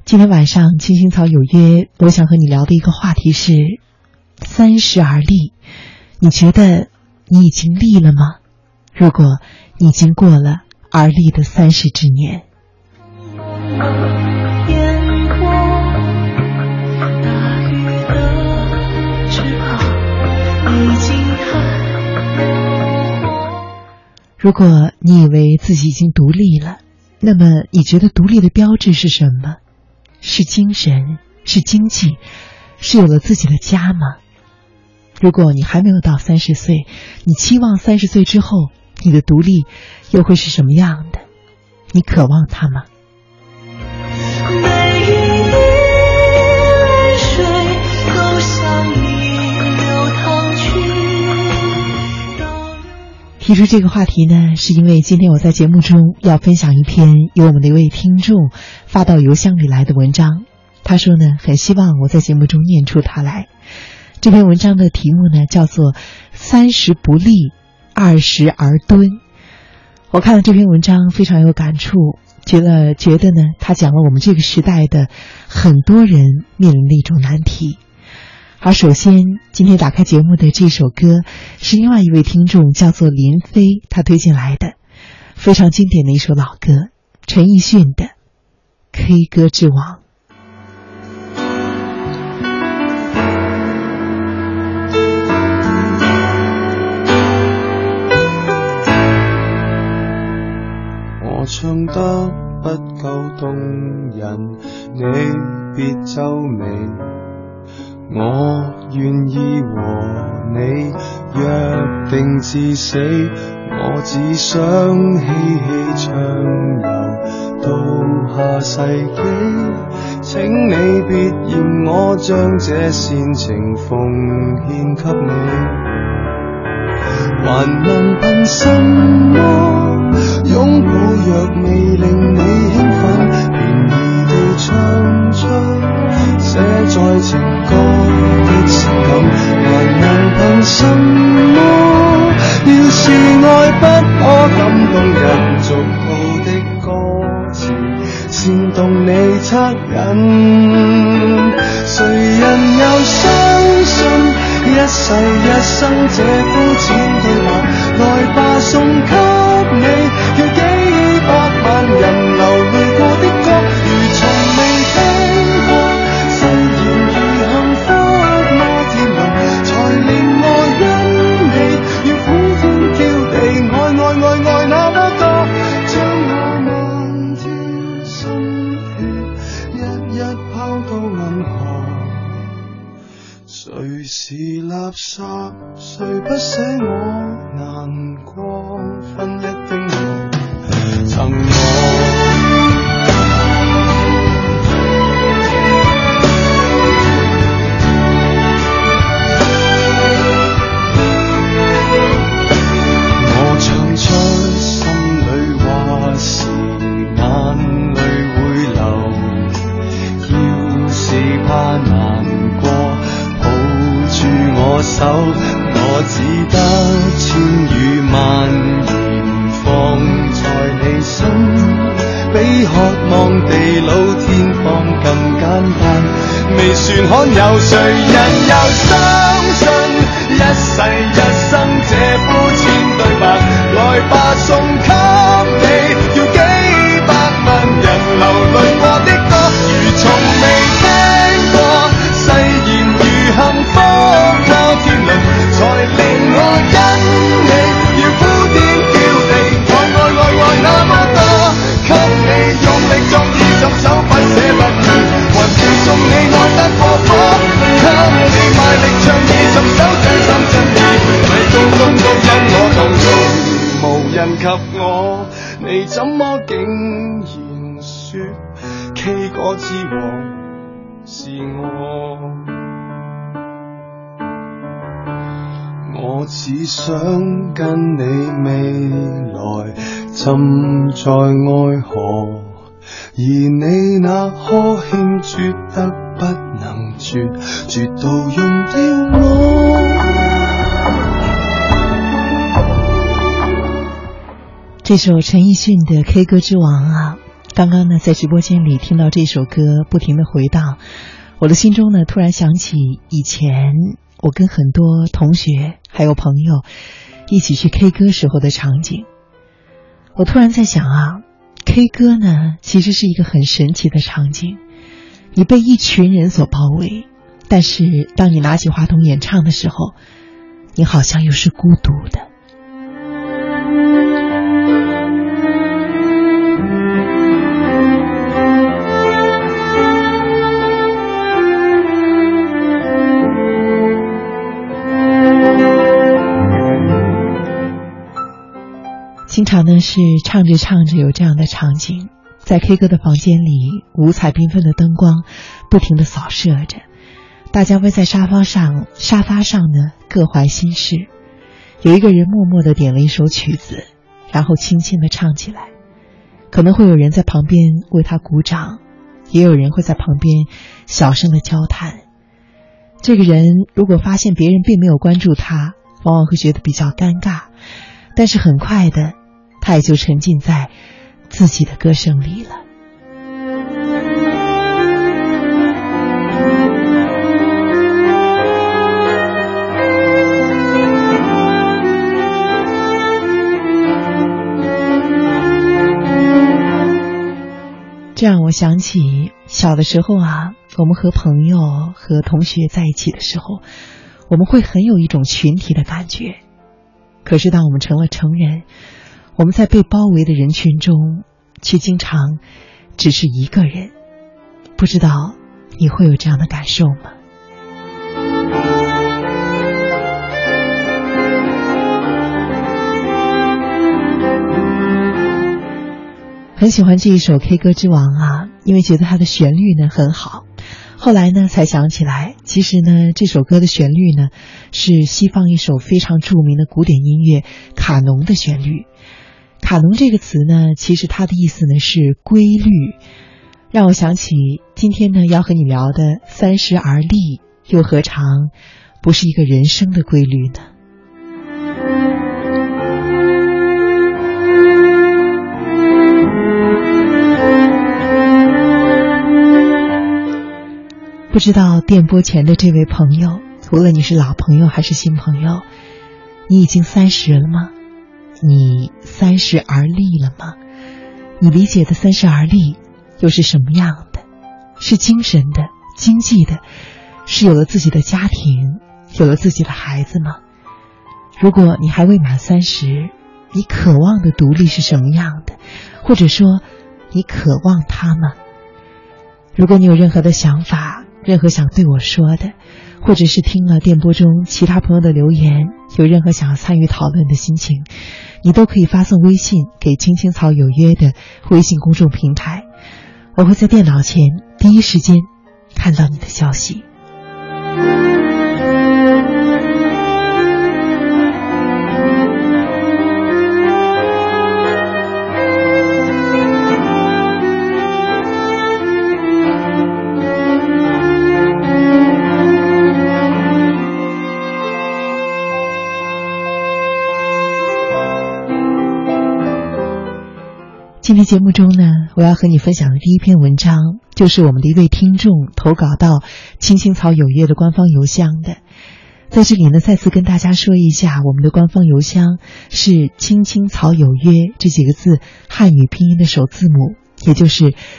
今天晚上青青草有约，我想和你聊的一个话题是30而立。你觉得你已经立了吗？如果你已经过了而立的30之年。如果你以为自己已经独立了，那么你觉得独立的标志是什么？是精神，是经济，是有了自己的家吗？如果你还没有到30岁，你期望30岁之后你的独立又会是什么样的？你渴望它吗？每一滴泪水都向你流淌去。提出这个话题呢，是因为今天我在节目中要分享一篇由我们的一位听众发到邮箱里来的文章。他说呢，很希望我在节目中念出它来。这篇文章的题目呢，叫做30不立，20而蹲。我看了这篇文章非常有感触，觉得呢，他讲了我们这个时代的很多人面临的一种难题。而首先今天打开节目的这首歌是另外一位听众叫做林飞他推荐来的，非常经典的一首老歌，陈奕迅的 K 歌之王。 我唱得不夠動人，你別皺眉，我願意和你約定至死，我只想嬉戲暢遊到下世紀，請你別嫌我將這煽情奉獻給你，還能憑什麼擁抱若未令你興奮，便宜地唱出寫在情歌的情感，還能憑什麼要是愛不可感動人，俗套的歌詞煽動你惻隱，誰人又相信一世一生這膚淺對白，來吧送給你，叫幾百萬人流淚過的歌，如從未聽過，誓言如幸福摩天輪，才令我因你要呼天叫地，愛那麼多，將我萬條心血一一拋到銀河，誰是垃圾，誰不捨我難過，分一丁點贈我。我唱出心裏話時眼淚會流，要是怕難過抱住我手，我只得千語萬言放在你心，比渴望地老天荒更簡單，未算罕有，誰人又相信一世一生這膚淺對白，來吧送給你，叫幾百萬人流淚過的歌，如從未聽過，誓言如幸福摩天輪，才令我因你要呼天叫地，愛那麼多，給你用力作意10首不捨不棄，還是送你愛得過火，給你賣力唱20首這心真意，迷到公都因我動容，無人及我，你怎麼竟然說 K 歌之王是我？我只想跟你未來浸在愛河，而你那呵欠絕得不能絕，絕到用掉我。 这首陈奕迅的 K 歌之王啊， 刚刚呢，在直播间里听到这首歌不停的回荡，我的心中呢突然想起以前我跟很多同学还有朋友一起去 K 歌时候的场景。我突然在想啊， K 歌呢其实是一个很神奇的场景，你被一群人所包围，但是当你拿起话筒演唱的时候，你好像又是孤独的。经常呢是唱着唱着有这样的场景，在 K 歌的房间里，五彩缤纷的灯光不停地扫射着，大家围在沙发上呢各怀心事，有一个人默默地点了一首曲子，然后轻轻地唱起来，可能会有人在旁边为他鼓掌，也有人会在旁边小声地交谈。这个人如果发现别人并没有关注他，往往会觉得比较尴尬，但是很快的他也就沉浸在自己的歌声里了。这让我想起小的时候啊，我们和朋友和同学在一起的时候，我们会很有一种群体的感觉。可是当我们成了成人，我们在被包围的人群中却经常只是一个人。不知道你会有这样的感受吗？很喜欢这一首《K 歌之王》啊，因为觉得它的旋律呢很好。后来呢才想起来，其实呢这首歌的旋律呢是西方一首非常著名的古典音乐卡农的旋律。卡农这个词呢，其实它的意思呢是规律，让我想起今天呢要和你聊的三十而立，又何尝不是一个人生的规律呢？不知道电波前的这位朋友，无论你是老朋友还是新朋友，你已经30了吗？你30而立了吗？你理解的30而立又是什么样的？是精神的、经济的，是有了自己的家庭，有了自己的孩子吗？如果你还未满30，你渴望的独立是什么样的？或者说你渴望它吗？如果你有任何的想法，任何想对我说的，或者是听了电波中其他朋友的留言，有任何想要参与讨论的心情，你都可以发送微信给青青草有约的微信公众平台，我会在电脑前第一时间看到你的消息。今天节目中呢，我要和你分享的第一篇文章，就是我们的一位听众投稿到青青草有约的官方邮箱的。在这里呢，再次跟大家说一下，我们的官方邮箱是青青草有约这几个字汉语拼音的首字母，也就是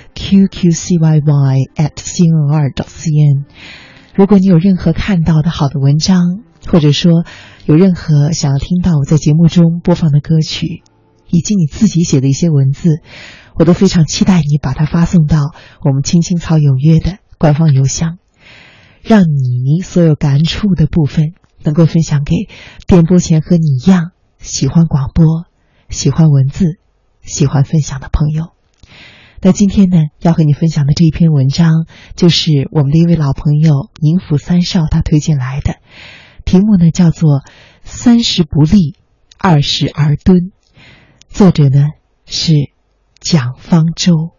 qqcyy@cnr.cn。 如果你有任何看到的好的文章，或者说有任何想要听到我在节目中播放的歌曲，以及你自己写的一些文字，我都非常期待你把它发送到我们青青草有约的官方邮箱，让你所有感触的部分能够分享给电波前和你一样喜欢广播、喜欢文字、喜欢分享的朋友。那今天呢，要和你分享的这一篇文章，就是我们的一位老朋友宁府三少他推荐来的，题目呢叫做30不立，20而敦，作者呢是蒋方舟。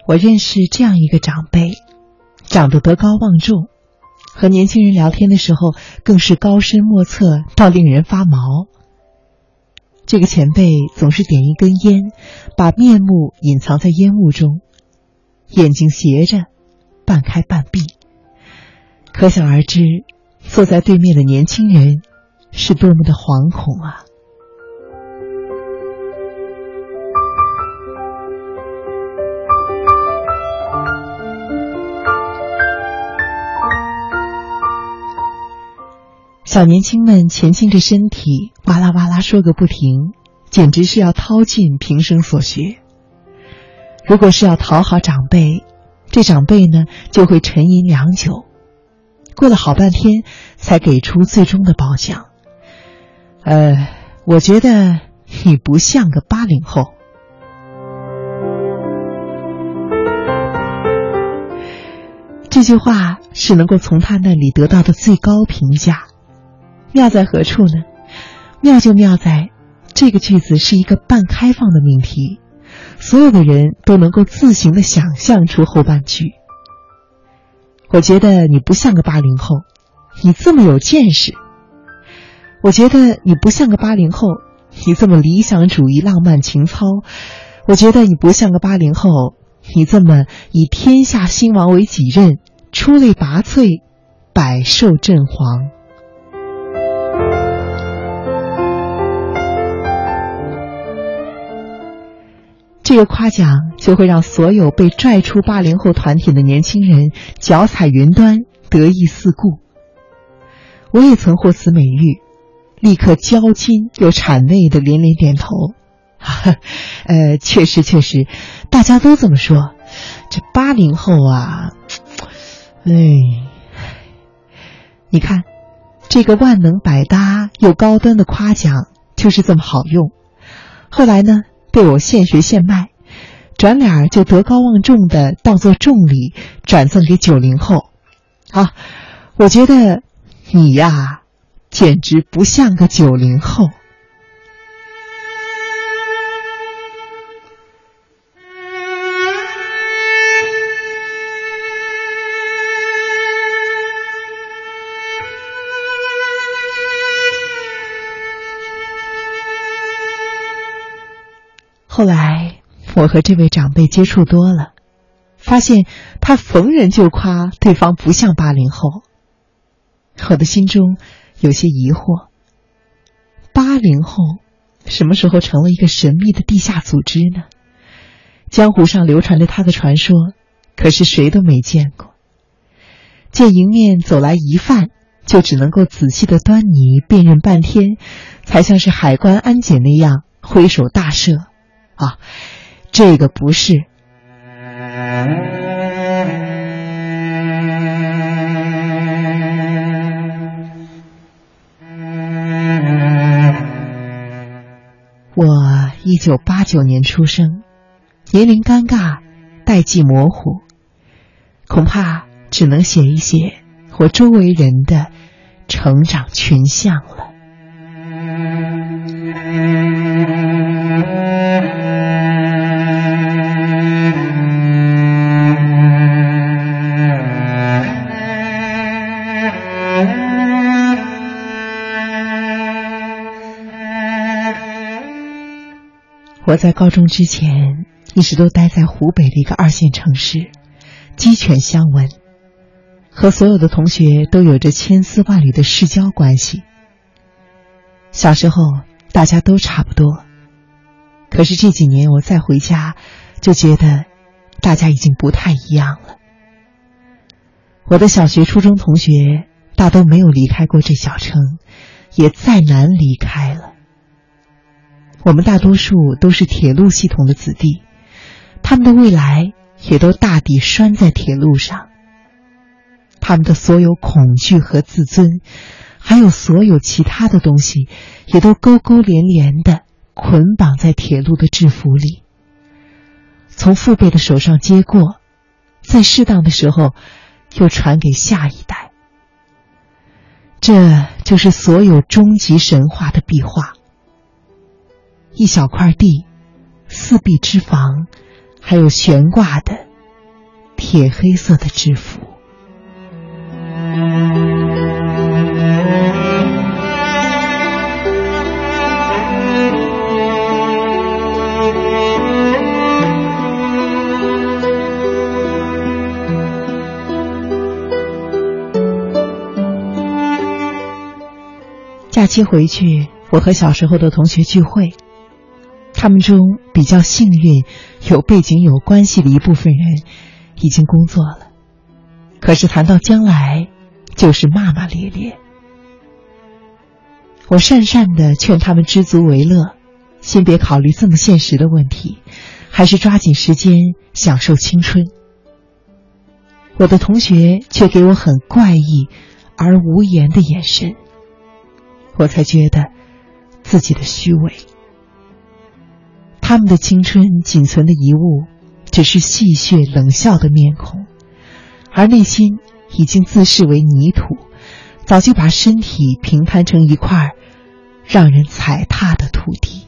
我认识这样一个长辈，长得德高望重，和年轻人聊天的时候更是高深莫测到令人发毛。这个前辈总是点一根烟，把面目隐藏在烟雾中，眼睛斜着，半开半闭，可想而知坐在对面的年轻人是多么的惶恐啊。小年轻们前倾着身体，哇啦哇啦说个不停，简直是要掏尽平生所学。如果是要讨好长辈，这长辈呢就会沉吟良久，过了好半天才给出最终的褒奖。我觉得你不像个80后。这句话是能够从他那里得到的最高评价。妙在何处呢？妙就妙在这个句子是一个半开放的命题，所有的人都能够自行的想象出后半句。我觉得你不像个80后，你这么有见识。我觉得你不像个80后，你这么理想主义浪漫情操。我觉得你不像个80后，你这么以天下兴亡为己任，出类拔萃，百兽震惶。这个夸奖就会让所有被拽出80后团体的年轻人脚踩云端，得意四顾。我也曾获此美誉，立刻骄矜又谄媚的连连点头。确实，大家都这么说。这80后啊，你看，这个万能百搭又高端的夸奖就是这么好用。后来呢，被我现学现卖，转脸就德高望重的当作重礼转赠给90后。我觉得你呀，简直不像个90后。后来我和这位长辈接触多了，发现他逢人就夸对方不像80后。我的心中有些疑惑，80后什么时候成了一个神秘的地下组织呢？江湖上流传着他的传说，可是谁都没见过。见迎面走来一犯，就只能够仔细的端倪辨认半天，才像是海关安检那样挥手大赦。这个不是。我1989年出生，年龄尴尬，代际模糊，恐怕只能写一写我周围人的成长群像了。我在高中之前一直都待在湖北的一个2线城市，鸡犬相闻，和所有的同学都有着千丝万缕的世交关系。小时候大家都差不多，可是这几年我再回家，就觉得大家已经不太一样了。我的小学初中同学大都没有离开过这小城，也再难离开了。我们大多数都是铁路系统的子弟，他们的未来也都大抵拴在铁路上。他们的所有恐惧和自尊，还有所有其他的东西，也都勾勾连连地捆绑在铁路的制服里，从父辈的手上接过，在适当的时候又传给下一代。这就是所有终极神话的壁画。一小块地，4壁之房，还有悬挂的铁黑色的制服。假期回去，我和小时候的同学聚会，他们中比较幸运、有背景、有关系的一部分人已经工作了，可是谈到将来，就是骂骂咧咧。我讪讪地劝他们知足为乐，先别考虑这么现实的问题，还是抓紧时间享受青春。我的同学却给我很怪异而无言的眼神，我才觉得自己的虚伪。他们的青春仅存的遗物只是戏谑冷笑的面孔，而内心已经自视为泥土，早就把身体平摊成一块让人踩踏的土地。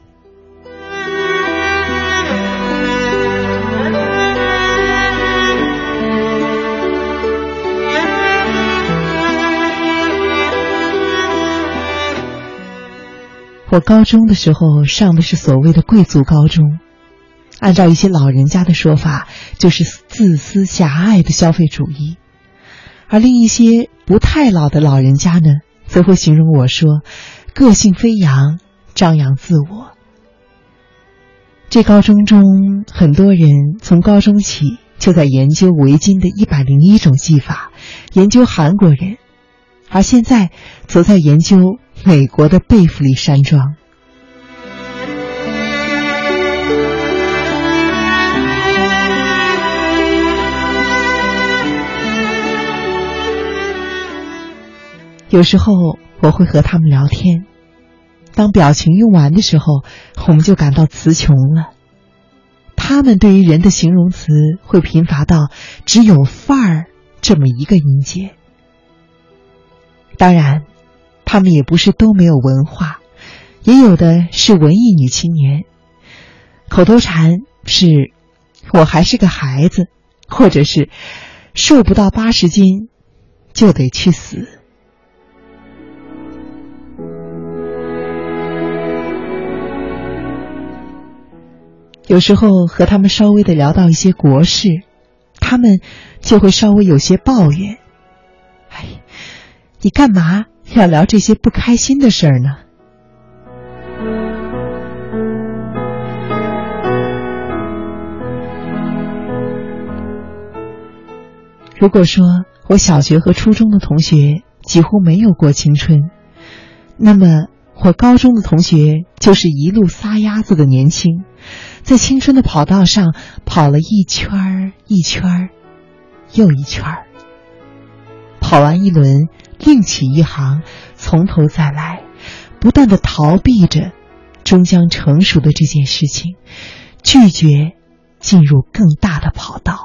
我高中的时候上的是所谓的贵族高中，按照一些老人家的说法，就是自私狭隘的消费主义。而另一些不太老的老人家呢，则会形容我说个性飞扬，张扬自我。这高中中很多人从高中起就在研究围巾的101种技法，研究韩国人，而现在则在研究美国的贝弗利山庄。有时候我会和他们聊天，当表情用完的时候，我们就感到词穷了。他们对于人的形容词会贫乏到只有范儿这么一个音节。当然他们也不是都没有文化，也有的是文艺女青年，口头禅是我还是个孩子，或者是瘦不到80斤就得去死。有时候和他们稍微的聊到一些国事，他们就会稍微有些抱怨，哎，你干嘛要聊这些不开心的事儿呢？如果说我小学和初中的同学几乎没有过青春，那么我高中的同学就是一路撒丫子的年轻，在青春的跑道上跑了一圈一圈又一圈，跑完一轮另起一行，从头再来，不断地逃避着终将成熟的这件事情，拒绝进入更大的跑道。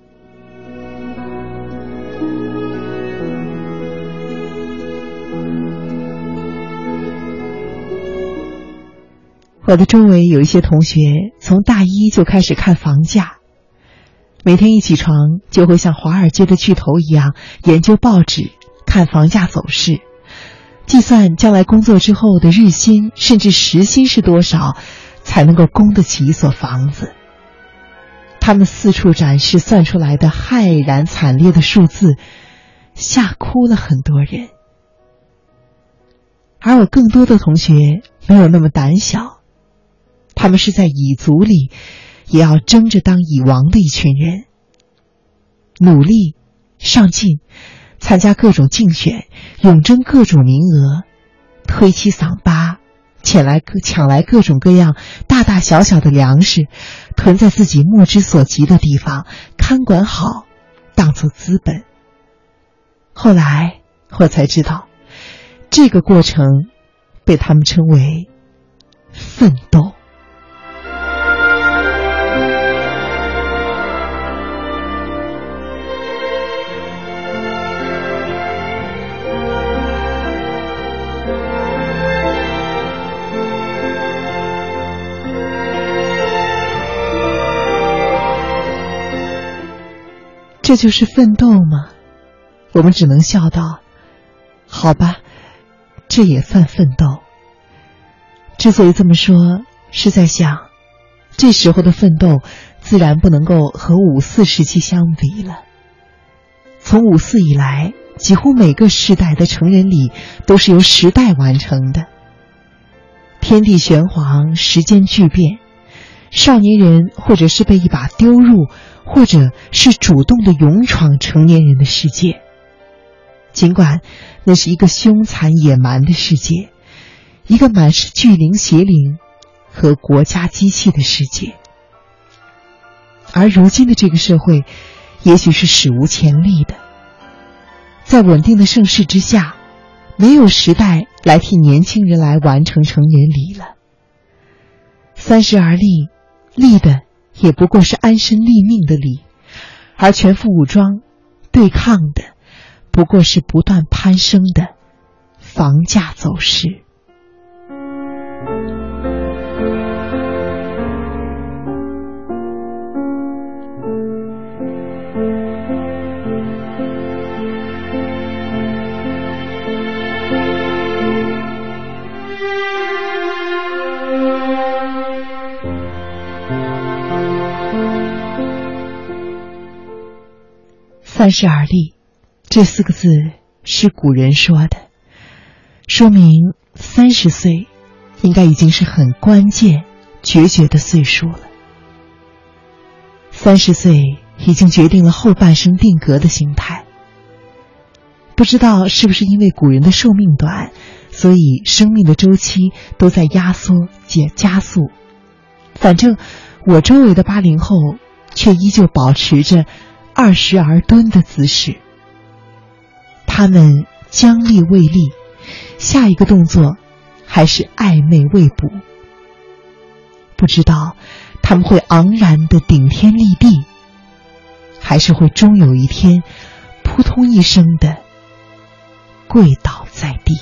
我的周围有一些同学从大一就开始看房价，每天一起床就会像华尔街的巨头一样研究报纸，看房价走势，计算将来工作之后的日薪甚至时薪是多少，才能够供得起一所房子。他们四处展示算出来的骇然惨烈的数字，吓哭了很多人。而我更多的同学没有那么胆小，他们是在蚁族里也要争着当蚁王的一群人，努力上进，参加各种竞选，勇争各种名额，推起嗓巴，抢来各种各样大大小小的粮食，囤在自己目之所及的地方，看管好，当作资本。后来我才知道，这个过程被他们称为奋斗。 这就是奋斗吗？我们只能笑道，好吧，这也算奋斗。之所以这么说，是在想，这时候的奋斗自然不能够和5·4时期相比了。从5·4以来，几乎每个时代的成人礼都是由时代完成的。天地玄黄，时间巨变，少年人或者是被一把丢入，或者是主动的勇闯成年人的世界。尽管那是一个凶残野蛮的世界，一个满是巨灵邪灵和国家机器的世界。而如今的这个社会也许是史无前例的，在稳定的盛世之下，没有时代来替年轻人来完成成年礼了。30而立，立的也不过是安身立命的立，而全副武装对抗的不过是不断攀升的房价走势。30而立，这4个字是古人说的，说明30岁应该已经是很关键决绝的岁数了。30岁已经决定了后半生定格的形态。不知道是不是因为古人的寿命短，所以生命的周期都在压缩加速。反正我周围的80后却依旧保持着20而蹲的姿势。他们将立未立，下一个动作还是暧昧未卜。不知道他们会昂然地顶天立地，还是会终有一天扑通一声地跪倒在地。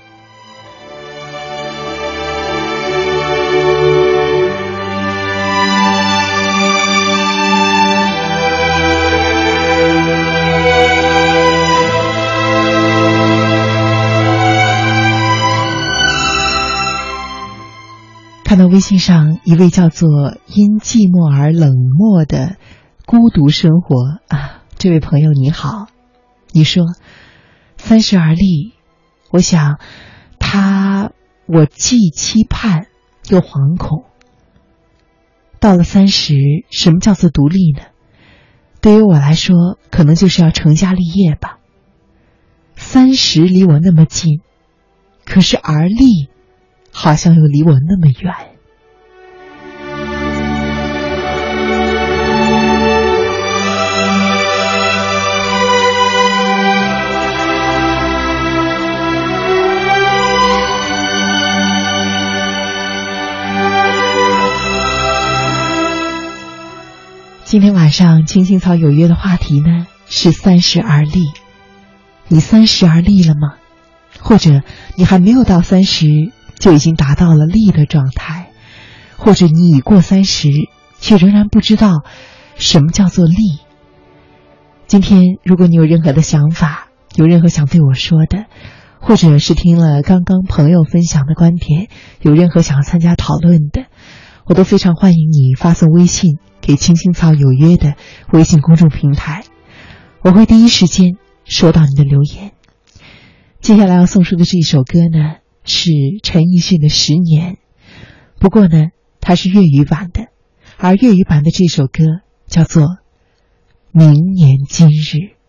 看到微信上一位叫做因寂寞而冷漠的孤独生活啊，这位朋友你好，你说30而立，我想我既期盼又惶恐。到了30，什么叫做独立呢？对于我来说，可能就是要成家立业吧。30离我那么近，可是而立好像又离我那么远。今天晚上青青草有约的话题呢是30而立。你30而立了吗？或者你还没有到30就已经达到了立的状态，或者你已过30却仍然不知道什么叫做立。今天如果你有任何的想法，有任何想对我说的，或者是听了刚刚朋友分享的观点，有任何想要参加讨论的，我都非常欢迎你发送微信给青青草有约的微信公众平台，我会第一时间收到你的留言。接下来要送出的这一首歌呢是陈奕迅的《10年》，不过呢它是粤语版的，而粤语版的这首歌叫做《明年今日》。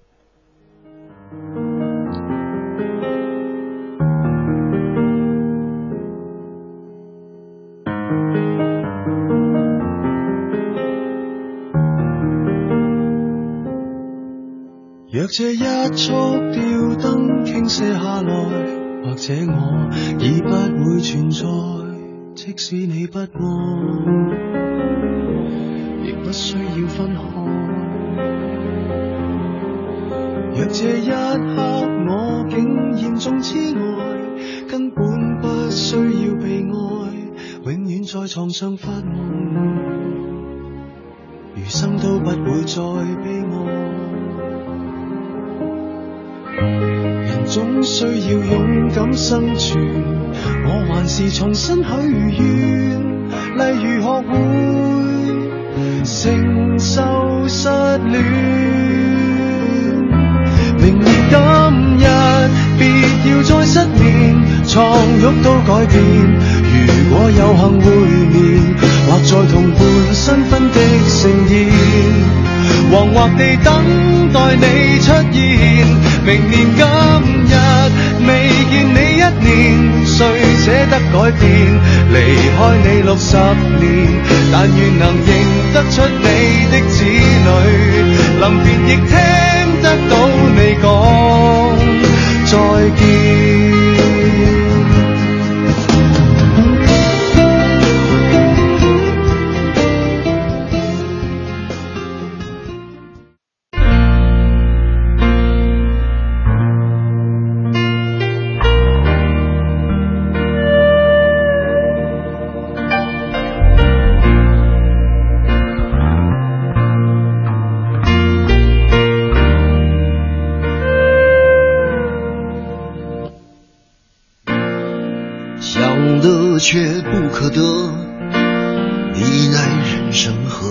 若這一束吊燈傾瀉下來，或者我已不會存在，即使你不愛，亦不需要分開。若這一刻我竟嚴重痴呆，根本不需要被愛，永遠在床上發夢，餘生都不會再悲哀。 人總需要勇敢生存，我還是重新許願，例如學會承受失戀。明年今日別要再失眠，床褥都改變。如果有幸會面，或在同伴新婚的盛宴，惶惑地等待你出現。明年今日未見你1年，誰捨得改變？離開你60年，但願能認得出你的子女，臨別亦聽得到你講再見。 却不可得，你奈人生何？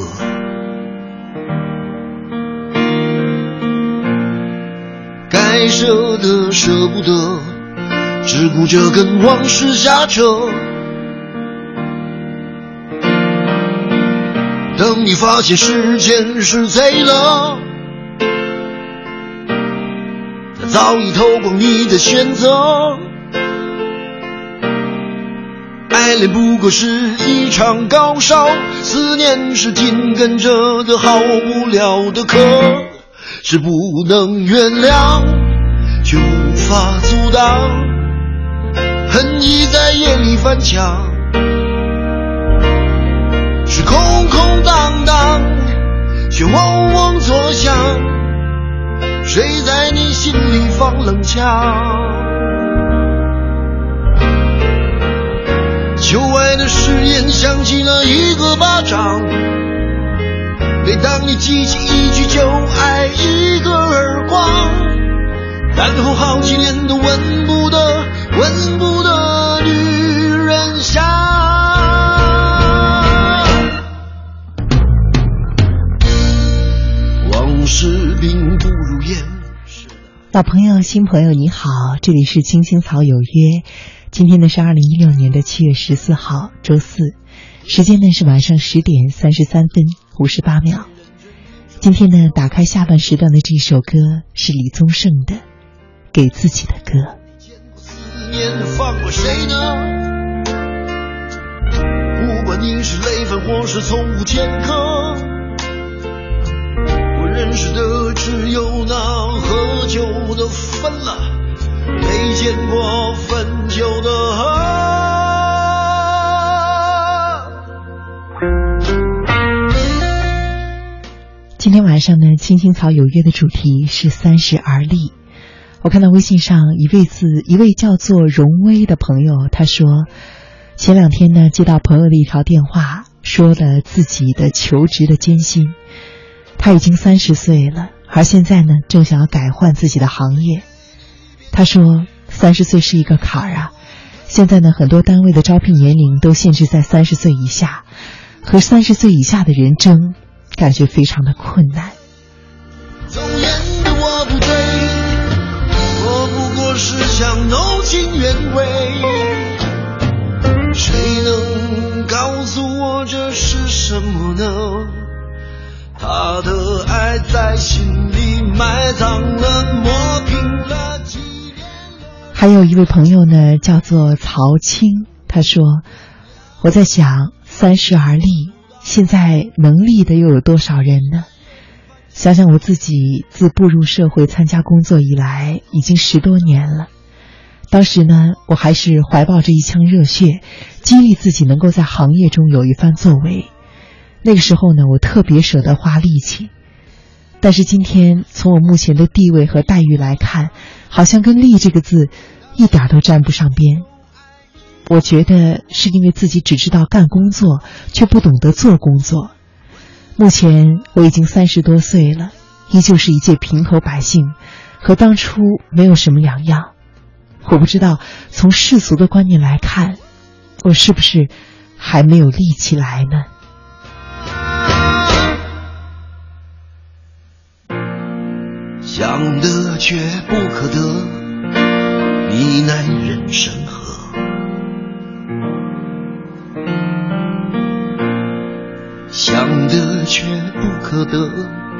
该舍的舍不得，只顾着跟往事瞎扯。等你发现时间是贼了，它早已偷光你的选择。爱恋不过是一场高烧，思念是紧跟着的好不了的课，是不能原谅却无法阻挡，恨意在夜里翻墙，是空空荡荡却嗡嗡作响，谁在你心里放冷枪？旧爱的誓言响起了一个巴掌，每当你记起一句就爱一个耳光，然后好几年都闻不得女人香。往事并不如烟。 老朋友新朋友你好，这里是青青草有约，今天呢是2016年的7月14号周四，时间呢是晚上10点33分58秒。今天呢打开下半时段的这首歌是李宗盛的《给自己的歌》。 思念放过谁呢？不管你是累犯或是从无前科，我认识的只有那喝酒的分了，没见过分酒的喝。 今天晚上呢青青草有约的主题是30而立。我看到微信上一位叫做荣威的朋友，他说前2天呢接到朋友的一条电话，说了自己的求职的艰辛。他已经30岁了，而现在呢正想要改换自己的行业。他说30岁是一个坎儿啊，现在呢很多单位的招聘年龄都限制在30岁以下，和30岁以下的人争，感觉非常的困难。 总言的我不对，我不过是想弄清原委，谁能告诉我这是什么呢？他的爱在心里埋葬了，磨平了几年。 还有一位朋友呢叫做曹青，他说我在想30而立，现在能立的又有多少人呢？想想我自己自步入社会参加工作以来已经10多年了，当时呢我还是怀抱着一腔热血，激励自己能够在行业中有一番作为。那个时候呢我特别舍得花力气，但是今天从我目前的地位和待遇来看，好像跟立这个字一点都沾不上边。我觉得是因为自己只知道干工作，却不懂得做工作。目前我已经30多岁了，依旧是一介平头百姓， 和当初没有什么两样。我不知道从世俗的观念来看，我是不是还没有立起来呢？ 想得却不可得，你奈人生何？想得却不可得，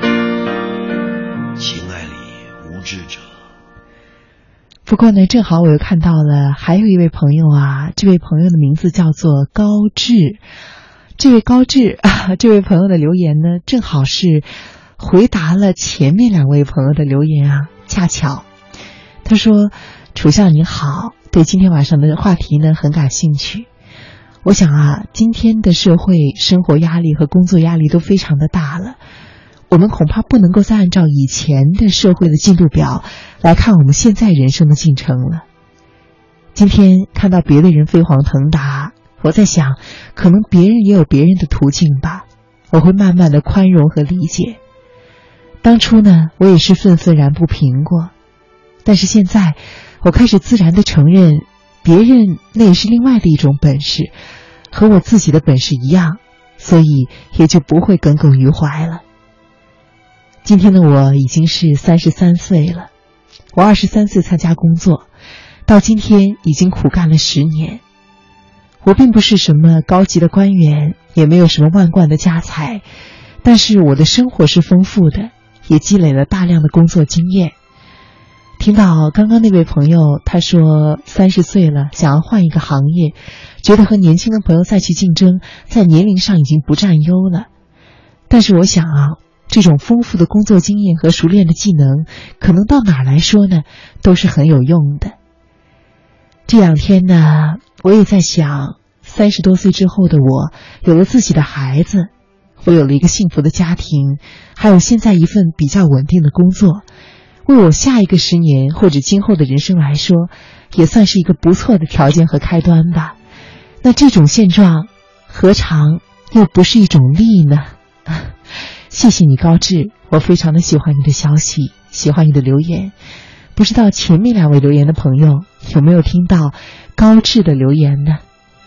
情爱里无知者。 不过呢，正好我又看到了还有一位朋友啊，这位朋友的名字叫做高志。这位高志这位朋友的留言呢，正好是回答了前面两位朋友的留言啊，恰巧他说：楚笑你好，对今天晚上的话题呢很感兴趣。我想啊，今天的社会生活压力和工作压力都非常的大了，我们恐怕不能够再按照以前的社会的进度表来看我们现在人生的进程了。今天看到别的人飞黄腾达，我在想，可能别人也有别人的途径吧，我会慢慢的宽容和理解。当初呢，我也是愤愤然不平过，但是现在我开始自然的承认，别人那也是另外的一种本事，和我自己的本事一样，所以也就不会耿耿于怀了。今天的我已经是33岁了，我23岁参加工作，到今天已经苦干了10年。我并不是什么高级的官员，也没有什么万贯的家财，但是我的生活是丰富的，也积累了大量的工作经验。听到刚刚那位朋友他说30岁了想要换一个行业，觉得和年轻的朋友再去竞争，在年龄上已经不占优了。但是我想啊，这种丰富的工作经验和熟练的技能，可能到哪来说呢，都是很有用的。这两天呢，我也在想，30多岁之后的我，有了自己的孩子，我有了一个幸福的家庭，还有现在一份比较稳定的工作，为我下一个10年或者今后的人生来说，也算是一个不错的条件和开端吧。那这种现状，何尝又不是一种利呢？谢谢你高志，我非常的喜欢你的消息，喜欢你的留言。不知道前面2位留言的朋友有没有听到高志的留言呢？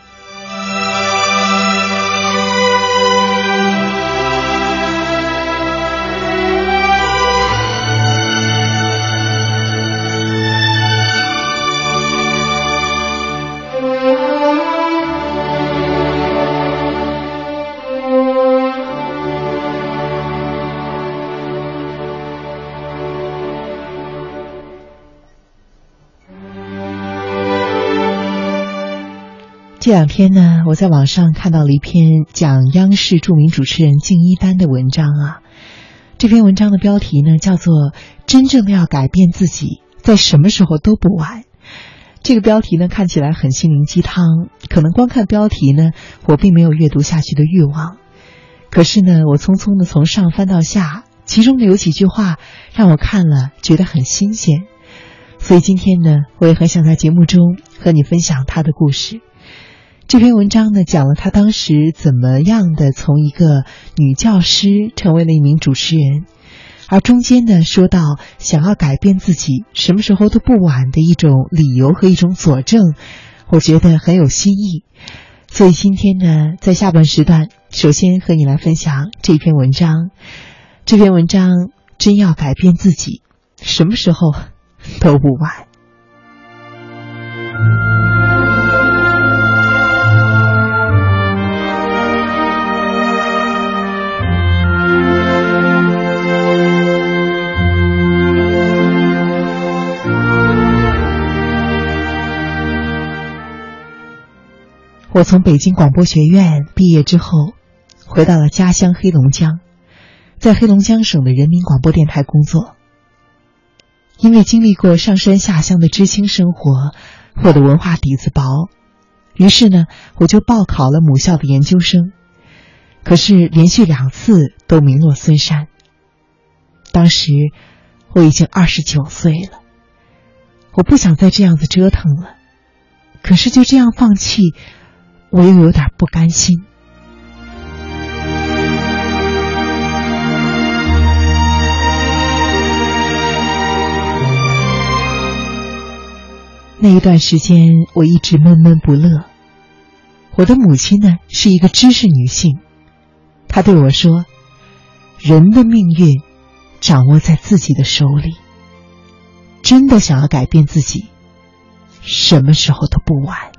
这两天呢，我在网上看到了一篇讲央视著名主持人敬一丹的文章啊。这篇文章的标题呢叫做真正的要改变自己，在什么时候都不晚。这个标题呢看起来很心灵鸡汤，可能光看标题呢，我并没有阅读下去的欲望。可是呢，我匆匆的从上翻到下，其中的有几句话让我看了觉得很新鲜。所以今天呢，我也很想在节目中和你分享他的故事。这篇文章呢，讲了他当时怎么样的从一个女教师成为了一名主持人，而中间呢说到想要改变自己什么时候都不晚的一种理由和一种佐证，我觉得很有新意。所以今天呢，在下半时段，首先和你来分享这篇文章。这篇文章真要改变自己，什么时候都不晚。我从北京广播学院毕业之后，回到了家乡黑龙江，在黑龙江省的人民广播电台工作。因为经历过上山下乡的知青生活，我的文化底子薄，于是呢，我就报考了母校的研究生。可是连续2次都名落孙山。当时我已经29岁了，我不想再这样子折腾了，可是就这样放弃，我又有点不甘心。 那一段时间我一直闷闷不乐。我的母亲呢，是一个知识女性，她对我说，人的命运掌握在自己的手里，真的想要改变自己，什么时候都不晚。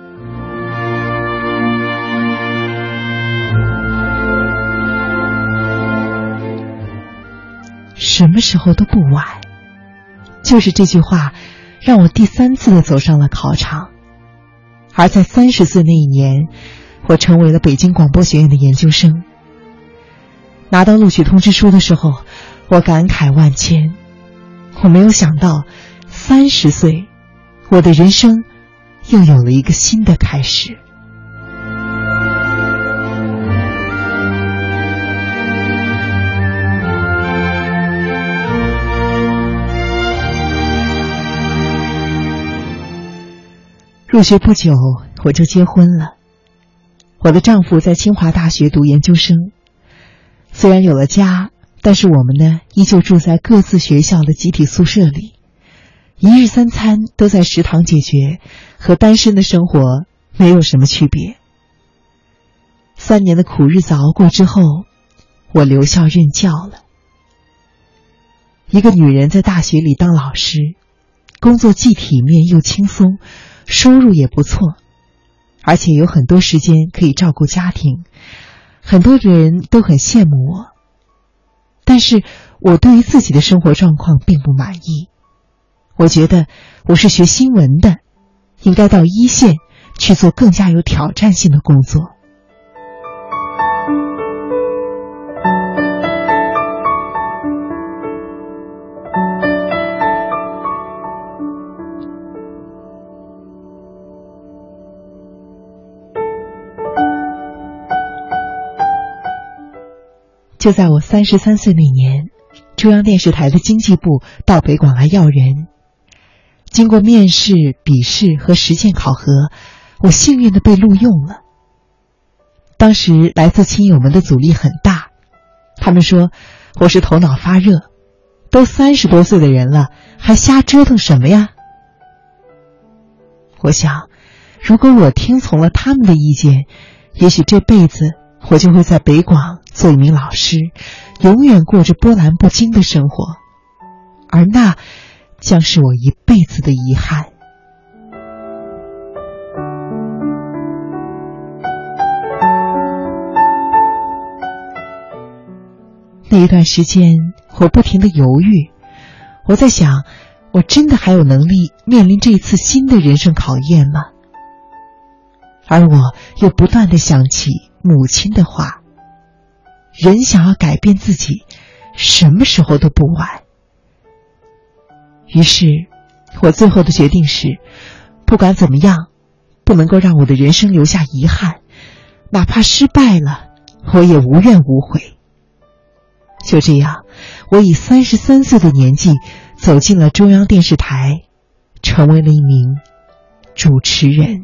什么时候都不晚，就是这句话让我第3次的走上了考场。而在30岁那一年，我成为了北京广播学院的研究生。拿到录取通知书的时候，我感慨万千。我没有想到30岁，我的人生又有了一个新的开始。入学不久，我就结婚了。我的丈夫在清华大学读研究生，虽然有了家，但是我们呢，依旧住在各自学校的集体宿舍里，一日3餐都在食堂解决，和单身的生活没有什么区别。3年的苦日子熬过之后，我留校任教了。一个女人在大学里当老师，工作既体面又轻松，收入也不错，而且有很多时间可以照顾家庭，很多人都很羡慕我。但是我对于自己的生活状况并不满意，我觉得我是学新闻的，应该到一线去做更加有挑战性的工作。就在我33岁那年，中央电视台的经济部到北广来要人。经过面试、笔试和实践考核，我幸运地被录用了。当时来自亲友们的阻力很大，他们说我是头脑发热，都30多岁的人了，还瞎折腾什么呀？我想，如果我听从了他们的意见，也许这辈子我就会在北广做一名老师，永远过着波澜不惊的生活，而那将是我一辈子的遗憾。那一段时间，我不停地犹豫，我在想，我真的还有能力面临这一次新的人生考验吗？而我又不断地想起母亲的话，人想要改变自己，什么时候都不晚。于是，我最后的决定是，不管怎么样，不能够让我的人生留下遗憾，哪怕失败了，我也无怨无悔。就这样，我以33岁的年纪走进了中央电视台，成为了一名主持人。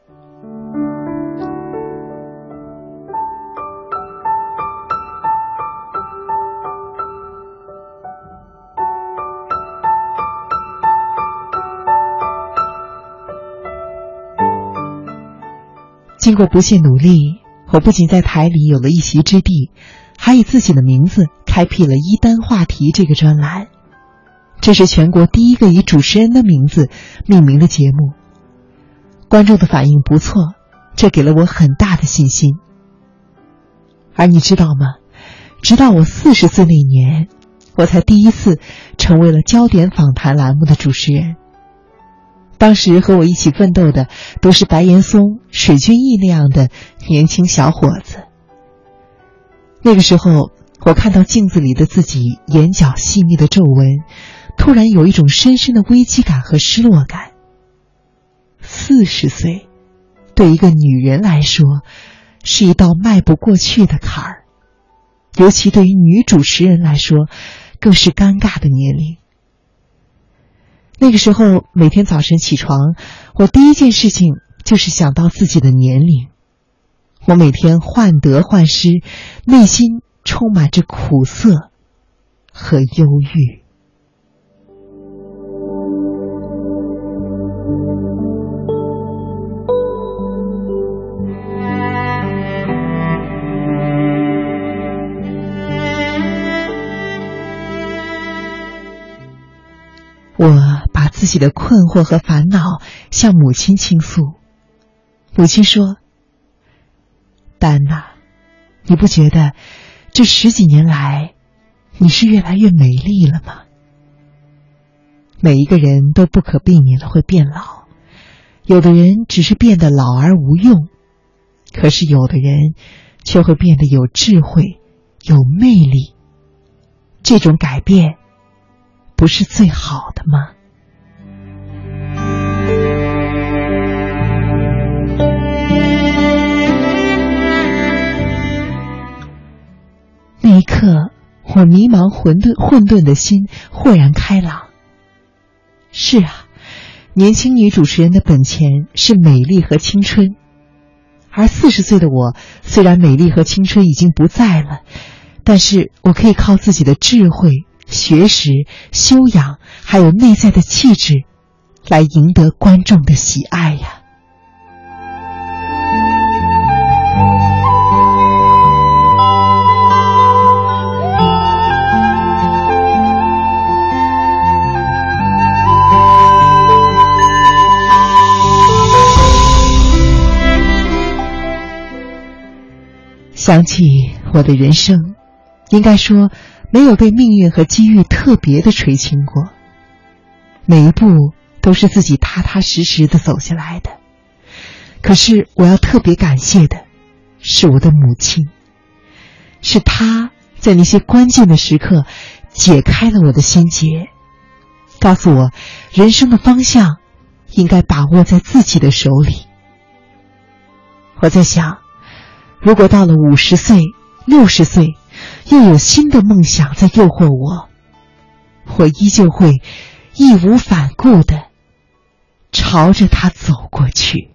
经过不懈努力，我不仅在台里有了一席之地，还以自己的名字开辟了一单话题这个专栏。这是全国第一个以主持人的名字命名的节目，观众的反应不错，这给了我很大的信心。而你知道吗？直到我40岁那年，我才第一次成为了焦点访谈栏目的主持人。当时和我一起奋斗的都是白岩松、水均益那样的年轻小伙子。那个时候，我看到镜子里的自己眼角细密的皱纹，突然有一种深深的危机感和失落感。40岁，对一个女人来说，是一道迈不过去的坎儿，尤其对于女主持人来说，更是尴尬的年龄。那个时候，每天早晨起床，我第一件事情就是想到自己的年龄。我每天患得患失，内心充满着苦涩和忧郁。 我把自己的困惑和烦恼向母亲倾诉。母亲说：丹娜，你不觉得这10几年来你是越来越美丽了吗？每一个人都不可避免的会变老，有的人只是变得老而无用，可是有的人却会变得有智慧、有魅力。这种改变不是最好的吗？那一刻，我迷茫混沌的心豁然开朗。是啊，年轻女主持人的本钱是美丽和青春，而40岁的我，虽然美丽和青春已经不在了，但是我可以靠自己的智慧、学识、修养，还有内在的气质，来赢得观众的喜爱呀。想起我的人生，应该说没有被命运和机遇特别的垂青过，每一步都是自己踏踏实实的走下来的。可是我要特别感谢的是我的母亲，是她在那些关键的时刻解开了我的心结，告诉我人生的方向应该把握在自己的手里。我在想，如果到了50岁、60岁，又有新的梦想在诱惑我，我依旧会义无反顾地朝着它走过去。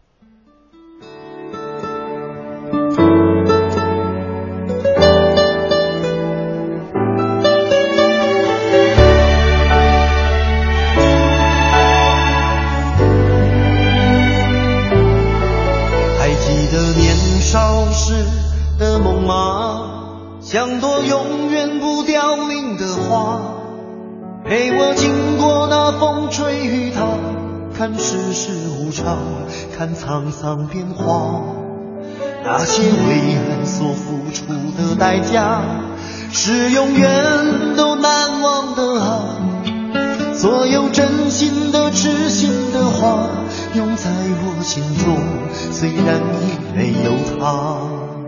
还记得年少时的梦吗？像朵永远不凋零的花，陪我经过那风吹雨打，看世事无常，看沧桑变化。那些为爱所付出的代价，是永远都难忘的啊！所有真心的痴心的话，永在我心中，虽然已没有他。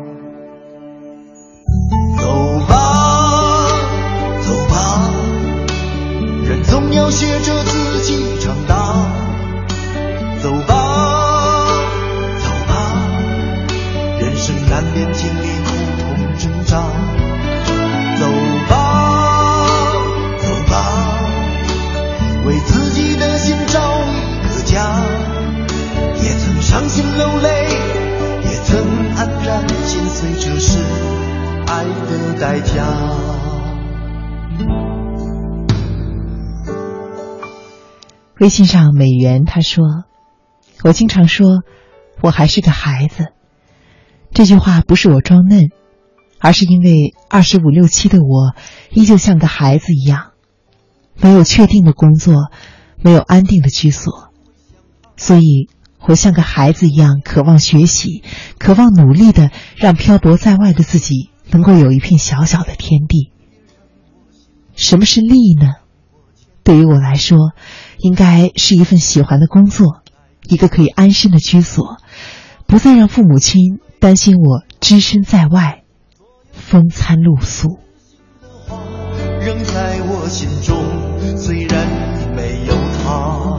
走吧，走吧，人总要学着自己长大。走吧，走吧，人生难免经历苦痛挣扎。走吧，走吧，为自己的心找一个家。也曾伤心流泪，也曾黯然心碎，这是爱的代价。 微信上美元他说，我经常说我还是个孩子，这句话不是我装嫩，而是因为25、27的我依旧像个孩子一样，没有确定的工作，没有安定的居所，所以我像个孩子一样渴望学习，渴望努力的让漂泊在外的自己能够有一片小小的天地。什么是利呢？对于我来说，应该是一份喜欢的工作，一个可以安身的居所，不再让父母亲担心我只身在外，风餐露宿。 仍在我心中，虽然已没有他。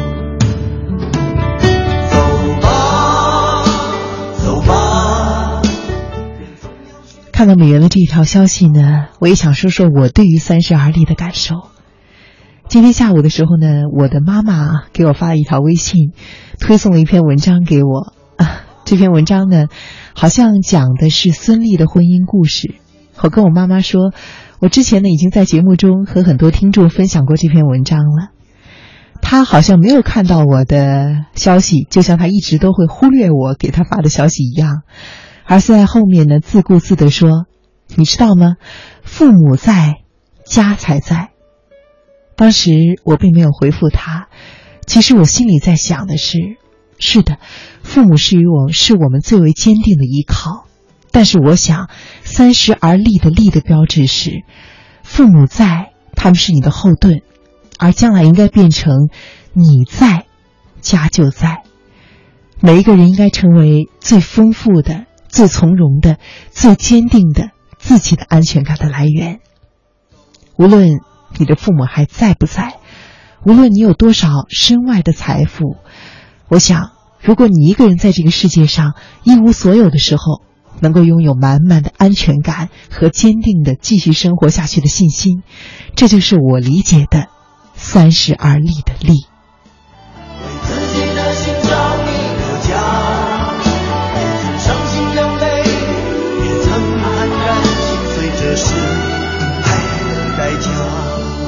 走吧，走吧。 看到美元的这一条消息呢，我也想说说我对于30而立的感受。今天下午的时候呢，我的妈妈给我发了一条微信，推送了一篇文章给我。这篇文章呢，好像讲的是孙俪的婚姻故事。我跟我妈妈说，我之前呢已经在节目中和很多听众分享过这篇文章了。她好像没有看到我的消息，就像她一直都会忽略我给她发的消息一样。而在后面呢，自顾自地说，你知道吗？父母在，家才在。 当时我并没有回复他，其实我心里在想的是的，父母是我们最为坚定的依靠，但是我想30而立的立的标志是父母在，他们是你的后盾，而将来应该变成你在，家就在。每一个人应该成为最丰富的、最从容的、最坚定的自己的安全感的来源。无论你的父母还在不在，无论你有多少身外的财富，我想如果你一个人在这个世界上一无所有的时候，能够拥有满满的安全感和坚定的继续生活下去的信心，这就是我理解的30而立的立。 为自己的心找一个家，别曾伤心流泪，别曾黯然心碎，这是爱的代价。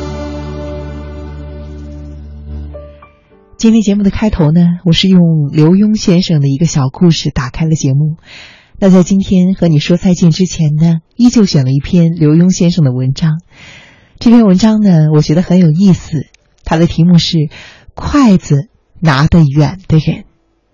今天节目的开头呢，我是用刘墉先生的一个小故事打开了节目。那在今天和你说再见之前呢，依旧选了一篇刘墉先生的文章。这篇文章呢，我觉得很有意思，它的题目是筷子拿得远的人。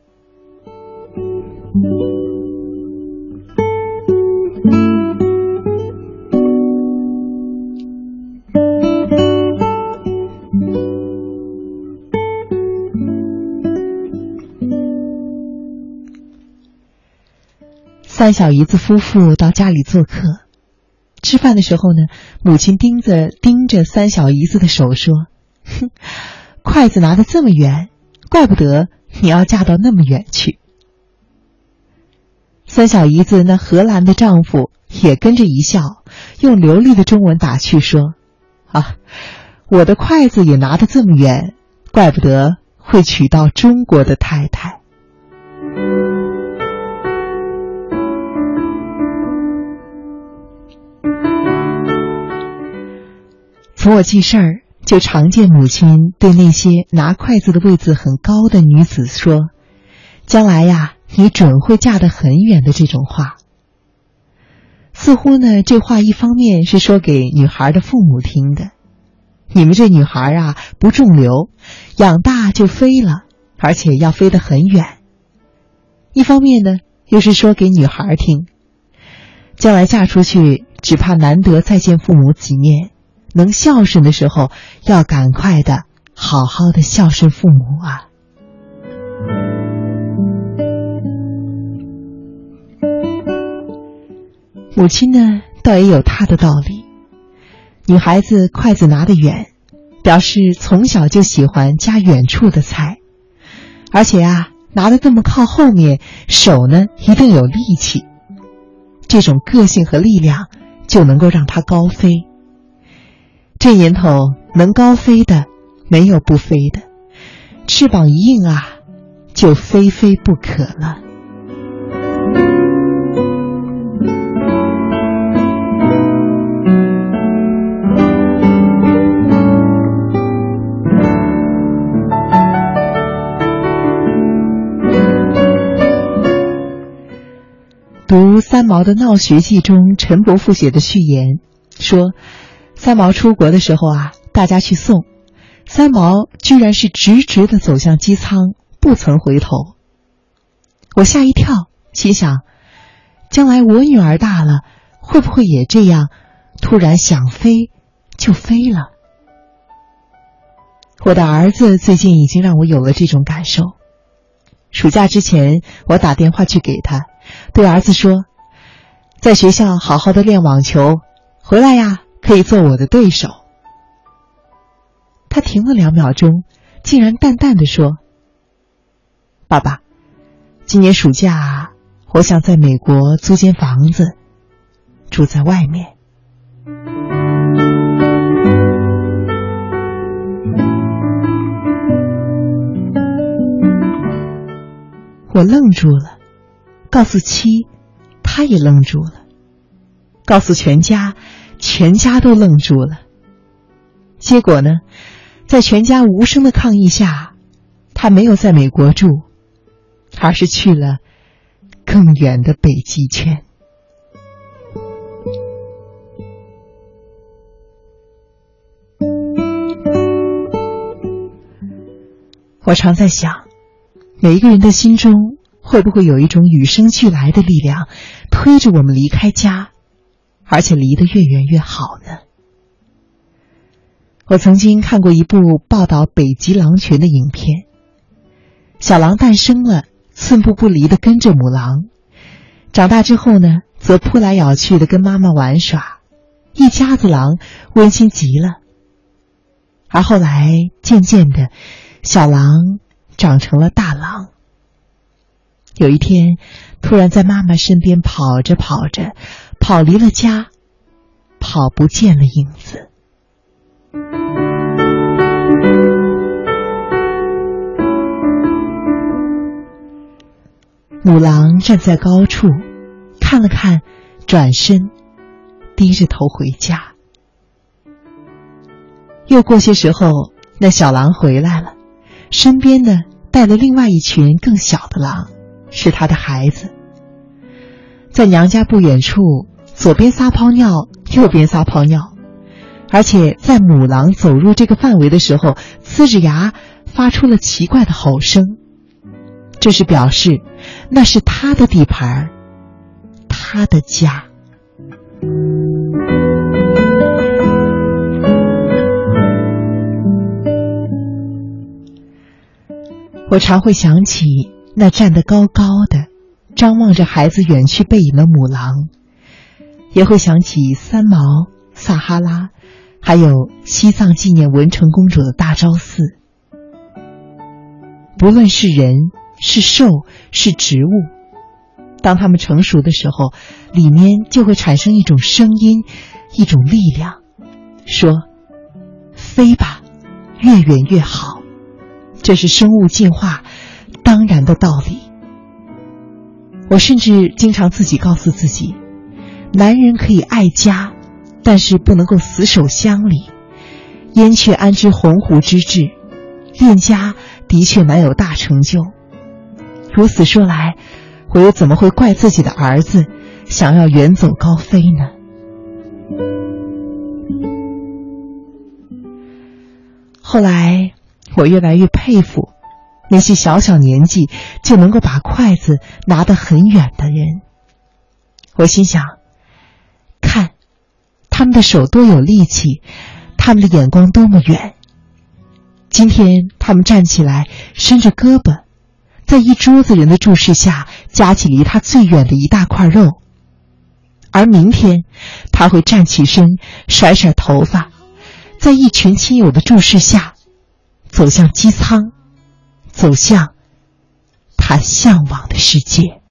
三小姨子夫妇到家里做客，吃饭的时候呢，母亲盯着三小姨子的手说：“哼，筷子拿得这么远，怪不得你要嫁到那么远去。”三小姨子那荷兰的丈夫也跟着一笑，用流利的中文打趣说：“啊，我的筷子也拿得这么远，怪不得会娶到中国的太太。”从我记事儿就常见母亲对那些拿筷子的位子很高的女子说：“将来呀，你准会嫁得很远的”这种话。似乎呢，这话一方面是说给女孩的父母听的，你们这女孩啊不中留，养大就飞了，而且要飞得很远。一方面呢，又是说给女孩听，将来嫁出去只怕难得再见父母几面，能孝顺的时候要赶快的好好的孝顺父母啊。母亲呢倒也有她的道理，女孩子筷子拿得远，表示从小就喜欢夹远处的菜，而且啊拿得这么靠后面，手呢一定有力气，这种个性和力量就能够让她高飞。这年头能高飞的没有不飞的，翅膀一硬啊，就非飞不可了。读三毛的《闹学记》中陈伯父写的序言说，三毛出国的时候啊，大家去送，三毛居然是直直地走向机舱，不曾回头。我吓一跳，心想，将来我女儿大了，会不会也这样，突然想飞就飞了？我的儿子最近已经让我有了这种感受。暑假之前，我打电话去给他，对儿子说，在学校好好的练网球，回来呀可以做我的对手。他停了2秒钟，竟然淡淡地说，爸爸，今年暑假我想在美国租间房子，住在外面。我愣住了，告诉妻，他也愣住了，告诉全家，全家都愣住了。结果呢，在全家无声的抗议下，他没有在美国住，而是去了更远的北极圈。 我常在想，每一个人的心中会不会有一种与生俱来的力量，推着我们离开家，而且离得越远越好呢？我曾经看过一部报道北极狼群的影片，小狼诞生了，寸步不离地跟着母狼，长大之后呢，则扑来咬去地跟妈妈玩耍，一家子狼温馨极了。而后来渐渐的，小狼长成了大狼。有一天，突然在妈妈身边跑着跑着，跑离了家，跑不见了影子。母狼站在高处，看了看，转身，低着头回家。又过些时候，那小狼回来了，身边呢带了另外一群更小的狼，是他的孩子。在娘家不远处，左边撒泡尿，右边撒泡尿，而且在母狼走入这个范围的时候，呲着牙发出了奇怪的吼声，这是表示那是他的地盘，他的家。我常会想起那站得高高的，张望着孩子远去背影的母狼，也会想起三毛、撒哈拉，还有西藏纪念文成公主的大昭寺。不论是人，是兽，是植物，当它们成熟的时候，里面就会产生一种声音，一种力量，说飞吧，越远越好。这是生物进化当然的道理。我甚至经常自己告诉自己，男人可以爱家，但是不能够死守乡里，燕雀安知鸿鹄之志，恋家的确难有大成就。如此说来，我又怎么会怪自己的儿子想要远走高飞呢？后来我越来越佩服那些小小年纪就能够把筷子拿得很远的人。我心想，看他们的手多有力气，他们的眼光多么远。今天他们站起来，伸着胳膊，在一桌子人的注视下夹起离他最远的一大块肉，而明天他会站起身，甩甩头发，在一群亲友的注视下走向机舱，走向他向往的世界。